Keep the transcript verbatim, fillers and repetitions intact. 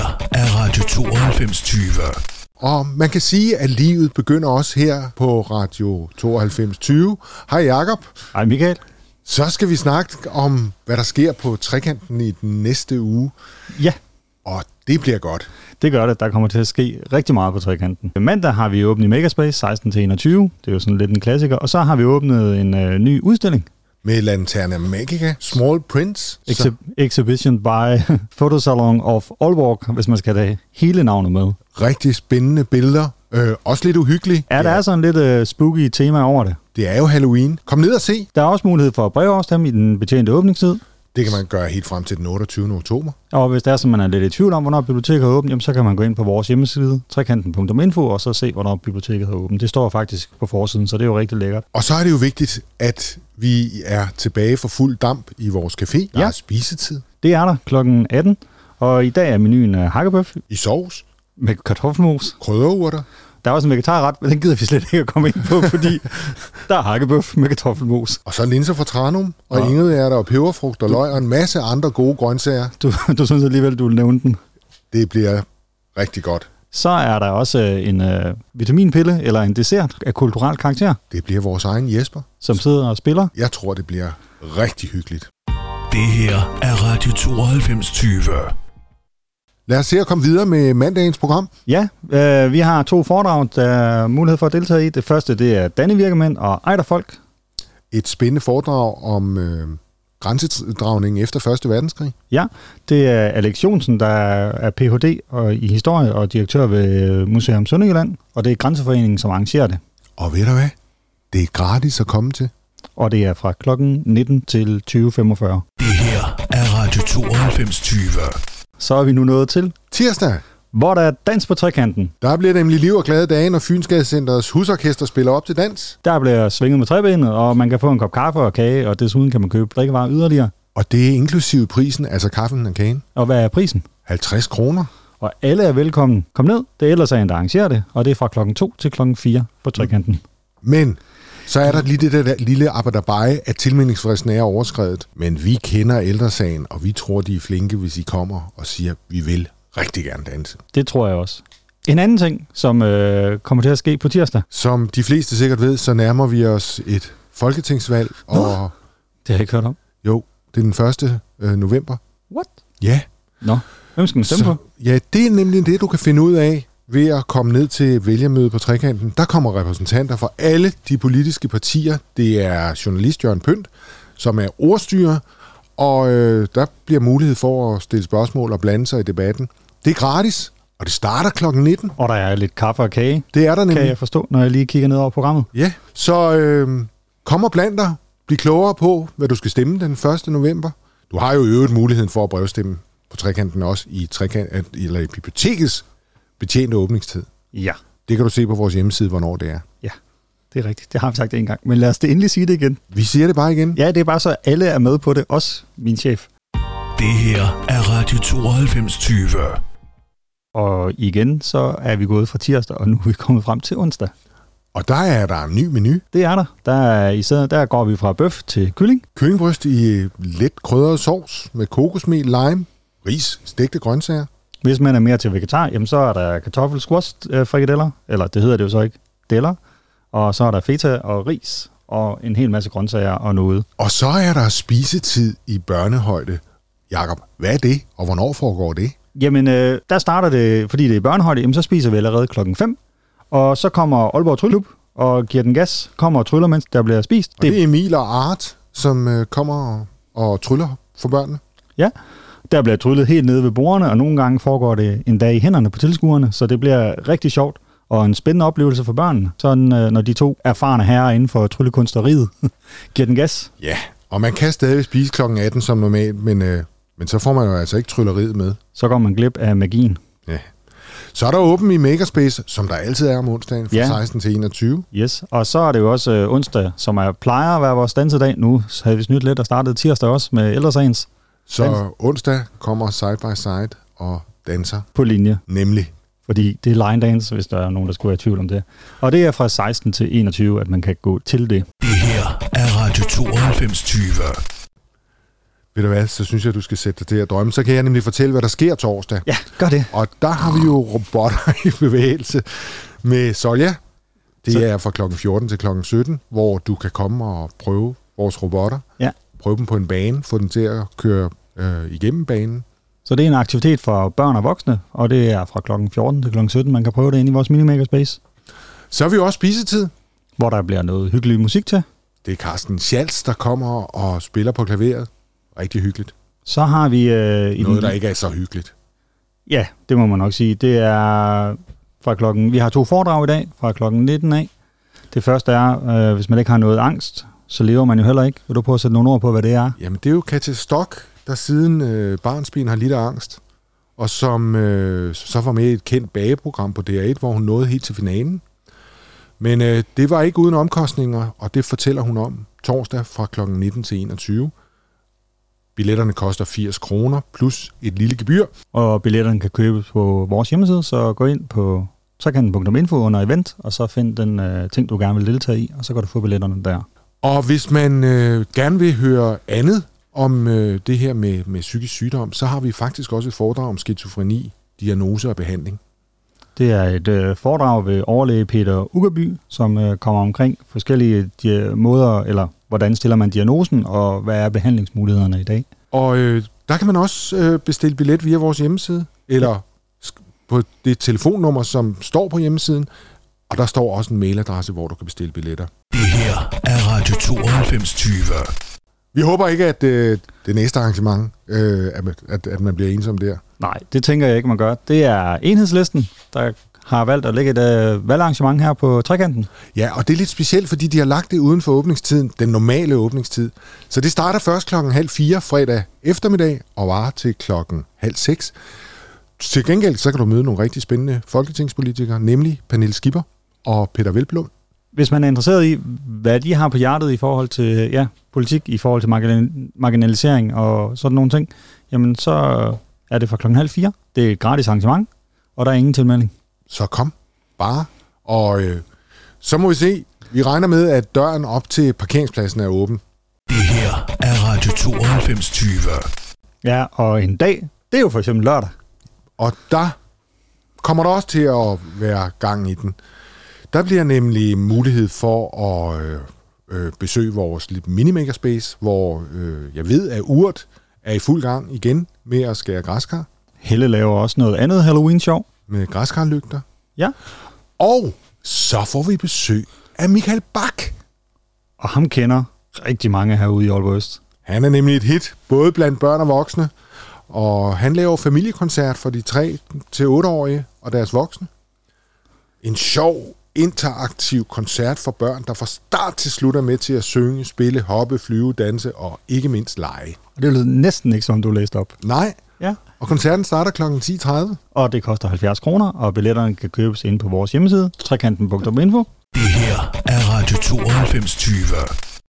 her er Radio tooghalvfems tyve. Og man kan sige, at livet begynder også her på Radio tooghalvfems tyve. Hej Jakob. Hej Michael. Så skal vi snakke om, hvad der sker på Trekanten i den næste uge. Ja. Og det bliver godt. Det gør det. Der kommer til at ske rigtig meget på Trekanten. Mandag har vi åbnet i Megaspace seksten til enogtyve. Det er jo sådan lidt en klassiker. Og så har vi åbnet en øh, ny udstilling. Med Lanterna Magica, Small Prints. Exhi- Exhibition by Photosalon of Aalborg, hvis man skal have hele navnet med. Rigtig spændende billeder. Øh, også lidt uhyggelige. Ja, der ja. er sådan lidt uh, spooky tema over det. Det er jo Halloween. Kom ned og se. Der er også mulighed for brevafstemning i den betjente åbningstid. Det kan man gøre helt frem til den otteogtyvende oktober. Og hvis det er, så man er lidt i tvivl om, hvornår biblioteket har åbent, jamen, så kan man gå ind på vores hjemmeside, trekanten punktum info, og så se, hvornår biblioteket har åbent. Det står faktisk på forsiden, så det er jo rigtig lækkert. Og så er det jo vigtigt, at vi er tilbage for fuld damp i vores café. Der ja. er spisetid. Det er der klokken atten, og i dag er menuen hakkebøf. I sovs. Med kartoffelmos. Krydderurter. Der er også en vegetarret, men den gider vi slet ikke at komme ind på, fordi der er hakkebøf med kartoffelmos. Og så linser fra tranum, og ja. Ingedærter og peberfrugt og løg og en masse andre gode grøntsager. Du, du synes alligevel, du vil nævne den. Det bliver rigtig godt. Så er der også en øh, vitaminpille eller en dessert af kulturel karakter. Det bliver vores egen Jesper. Som sidder og spiller. Jeg tror, det bliver rigtig hyggeligt. Det her er Radio tooghalvfems tyve. Lad os se at komme videre med mandagens program. Ja, øh, vi har to foredrag, der er mulighed for at deltage i. Det første, det er Dannevirkemænd og Ejderfolk. Et spændende foredrag om øh, grænsedragningen efter første verdenskrig. Ja, det er Alex Jonsen, der er P H D og i historie og direktør ved Museum Sønderjylland. Og det er Grænseforeningen, som arrangerer det. Og ved du hvad? Det er gratis at komme til. Og det er fra klokken nitten til tyve femogfyrre. Det her er Radio tooghalvfems tyve. Så er vi nu nået til tirsdag, hvor der er dans på Trekanten. Der bliver nemlig liv og glade dage, når Fynsgadecenterets husorkester spiller op til dans. Der bliver svinget med trebenet, og man kan få en kop kaffe og kage, og desuden kan man købe drikkevarer yderligere. Og det er inklusive prisen, altså kaffen og kagen. Og hvad er prisen? halvtreds kroner. Og alle er velkommen. Kom ned, det er ellers en, der arrangerer det, og det er fra klokken to til klokken fire på Trekanten. Men så er der lige det der lille arbejderbej, at tilmeldingsfristen er overskredet. Men vi kender Ældresagen, og vi tror, de er flinke, hvis I kommer og siger, vi vil rigtig gerne danse. Det tror jeg også. En anden ting, som øh, kommer til at ske på tirsdag. Som de fleste sikkert ved, så nærmer vi os et folketingsvalg. Nå, og det har jeg ikke hørt om. Jo, det er den første øh, november. What? Ja. Nå, hvem skal man stemme så, på? Ja, det er nemlig det, du kan finde ud af ved at komme ned til vælgermødet på Trekanten. Der kommer repræsentanter fra alle de politiske partier. Det er journalist Jørgen Pynt, som er ordstyrer, og øh, der bliver mulighed for at stille spørgsmål og blande sig i debatten. Det er gratis, og det starter klokken nitten. Og der er lidt kaffe og kage. Det er der nemlig. Kan jeg forstå, når jeg lige kigger ned over programmet. Ja, så øh, kom og bland dig. Bliv klogere på, hvad du skal stemme den første november. Du har jo i øvrigt muligheden for at brevstemme på Trekanten også i, trekant, eller i bibliotekets betjente åbningstid. Ja. Det kan du se på vores hjemmeside, hvornår det er. Ja, det er rigtigt. Det har vi sagt en gang. Men lad os det endelig sige det igen. Vi siger det bare igen. Ja, det er bare så, alle er med på det. Også min chef. Det her er Radio tooghalvfems tyve. Og igen, så er vi gået fra tirsdag, og nu er vi kommet frem til onsdag. Og der er der en ny menu. Det er der. Der, er, i stedet, der går vi fra bøf til kylling. Kyllingbryst i let krydret sovs med kokosmel, lime, ris, stegte grøntsager. Hvis man er mere til vegetar, jamen så er der kartoffel squash frikadeller, eller det hedder det jo så ikke, deller. Og så er der feta og ris og en hel masse grøntsager og noget. Og så er der spisetid i børnehøjde. Jakob, hvad er det, og hvornår foregår det? Jamen, øh, der starter det, fordi det er i børnehøjde, jamen så spiser vi allerede klokken fem. Og så kommer Aalborg Trylleklub og giver den gas, kommer og tryller, mens der bliver spist. Og det, det er Emil og Art, som øh, kommer og, og tryller for børnene. Ja, der bliver tryllet helt nede ved bordene, og nogle gange foregår det en dag i hænderne på tilskuerne, så det bliver rigtig sjovt og en spændende oplevelse for børnene. Sådan, øh, når de to erfarne herrer inden for tryllekunstneriet giver den gas. Ja, og man kan stadig spise klokken atten som normalt, men, øh, men så får man jo altså ikke trylleriet med. Så går man glip af magien. Ja. Så er der åben i Megaspace, som der altid er om onsdagen fra ja. seksten til enogtyve. Yes, og så er det jo også øh, onsdag, som er, plejer at være vores dansedag. Nu havde vi snydt lidt og startede tirsdag også med Ældresagens. Så dans. Onsdag kommer Side by Side og danser. På linje. Nemlig. Fordi det er line dance, hvis der er nogen, der skulle være i tvivl om det. Og det er fra seksten til enogtyve, at man kan gå til det. Det her er Radio tooghalvfems tyve. Ved du hvad, så synes jeg, du skal sætte dig til at drømme. Så kan jeg nemlig fortælle, hvad der sker torsdag. Ja, gør det. Og der har vi jo robotter i bevægelse med Solja. Det så. er fra klokken fjorten til klokken sytten, hvor du kan komme og prøve vores robotter. Ja. Prøve dem på en bane, få dem til at køre øh, igennem banen. Så det er en aktivitet for børn og voksne, og det er fra klokken fjorten til klokken sytten. Man kan prøve det inde i vores Minimakerspace. Så har vi jo også spisetid. Hvor der bliver noget hyggelig musik til. Det er Carsten Schalz, der kommer og spiller på klaveret. Rigtig hyggeligt. Så har vi... Øh, i Noget, den... der ikke er så hyggeligt. Ja, det må man nok sige. Det er fra klokken... Vi har to foredrag i dag, fra klokken nitten af. Det første er, øh, hvis man ikke har noget angst, så lever man jo heller ikke. Vil du prøve at sætte nogle ord på, hvad det er? Jamen, det er jo Katja Stock, der siden øh, barnsben har lidt af angst, og som øh, så var med i et kendt bageprogram på D R et, hvor hun nåede helt til finalen. Men øh, det var ikke uden omkostninger, og det fortæller hun om torsdag fra klokken nitten til enogtyve. Billetterne koster firs kroner plus et lille gebyr. Og billetterne kan købes på vores hjemmeside, så gå ind på trekanten punktum info under event, og så find den øh, ting, du gerne vil deltage i, og så kan du få billetterne der. Og hvis man øh, gerne vil høre andet om øh, det her med, med psykisk sygdom, så har vi faktisk også et foredrag om skizofreni, diagnose og behandling. Det er et øh, foredrag ved overlæge Peter Uggerby, som øh, kommer omkring forskellige di- måder, eller hvordan stiller man diagnosen, og hvad er behandlingsmulighederne i dag. Og øh, der kan man også øh, bestille billet via vores hjemmeside, eller sk- på det telefonnummer, som står på hjemmesiden, og der står også en mailadresse, hvor du kan bestille billetter. Det her er Radio tooghalvfems tyve. Vi håber ikke, at øh, det næste arrangement, øh, at, at man bliver ensom der. Nej, det tænker jeg ikke, man gør. Det er Enhedslisten, der har valgt at lægge et øh, valgarrangement her på trekanten. Ja, og det er lidt specielt, fordi de har lagt det uden for åbningstiden, den normale åbningstid. Så det starter først klokken halv fire fredag eftermiddag og varer til klokken halv seks. Til gengæld så kan du møde nogle rigtig spændende folketingspolitikere, nemlig Pernille Skipper og Peter Hvelplund. Hvis man er interesseret i, hvad de har på hjertet i forhold til ja, politik, i forhold til marginal- marginalisering og sådan nogle ting, jamen så er det fra klokken halv fire. Det er et gratis arrangement, og der er ingen tilmelding. Så kom bare, og øh, så må vi se. Vi regner med, at døren op til parkeringspladsen er åben. Det her er Radio tooghalvfems tyve. Ja, og en dag, det er jo for eksempel lørdag. Og der kommer der også til at være gang i den. Der bliver nemlig mulighed for at øh, øh, besøge vores mini-makerspace, hvor øh, jeg ved, at Urt er i fuld gang igen med at skære græskar. Helle laver også noget andet Halloween-sjov. Med græskarlygter. Ja. Og så får vi besøg af Michael Bach. Og ham kender rigtig mange herude i Aalborg Øst. Han er nemlig et hit, både blandt børn og voksne. Og han laver familiekoncert for de tre til otte-årige og deres voksne. En sjov, interaktiv koncert for børn, der fra start til slut er med til at synge, spille, hoppe, flyve, danse og ikke mindst lege. Og det lød næsten ikke, som du læste op. Nej. Ja. Og koncerten starter klokken ti tredive. Og det koster halvfjerds kroner, og billetterne kan købes inde på vores hjemmeside, trekanten punktum info. Det her er Radio tooghalvfems tyve.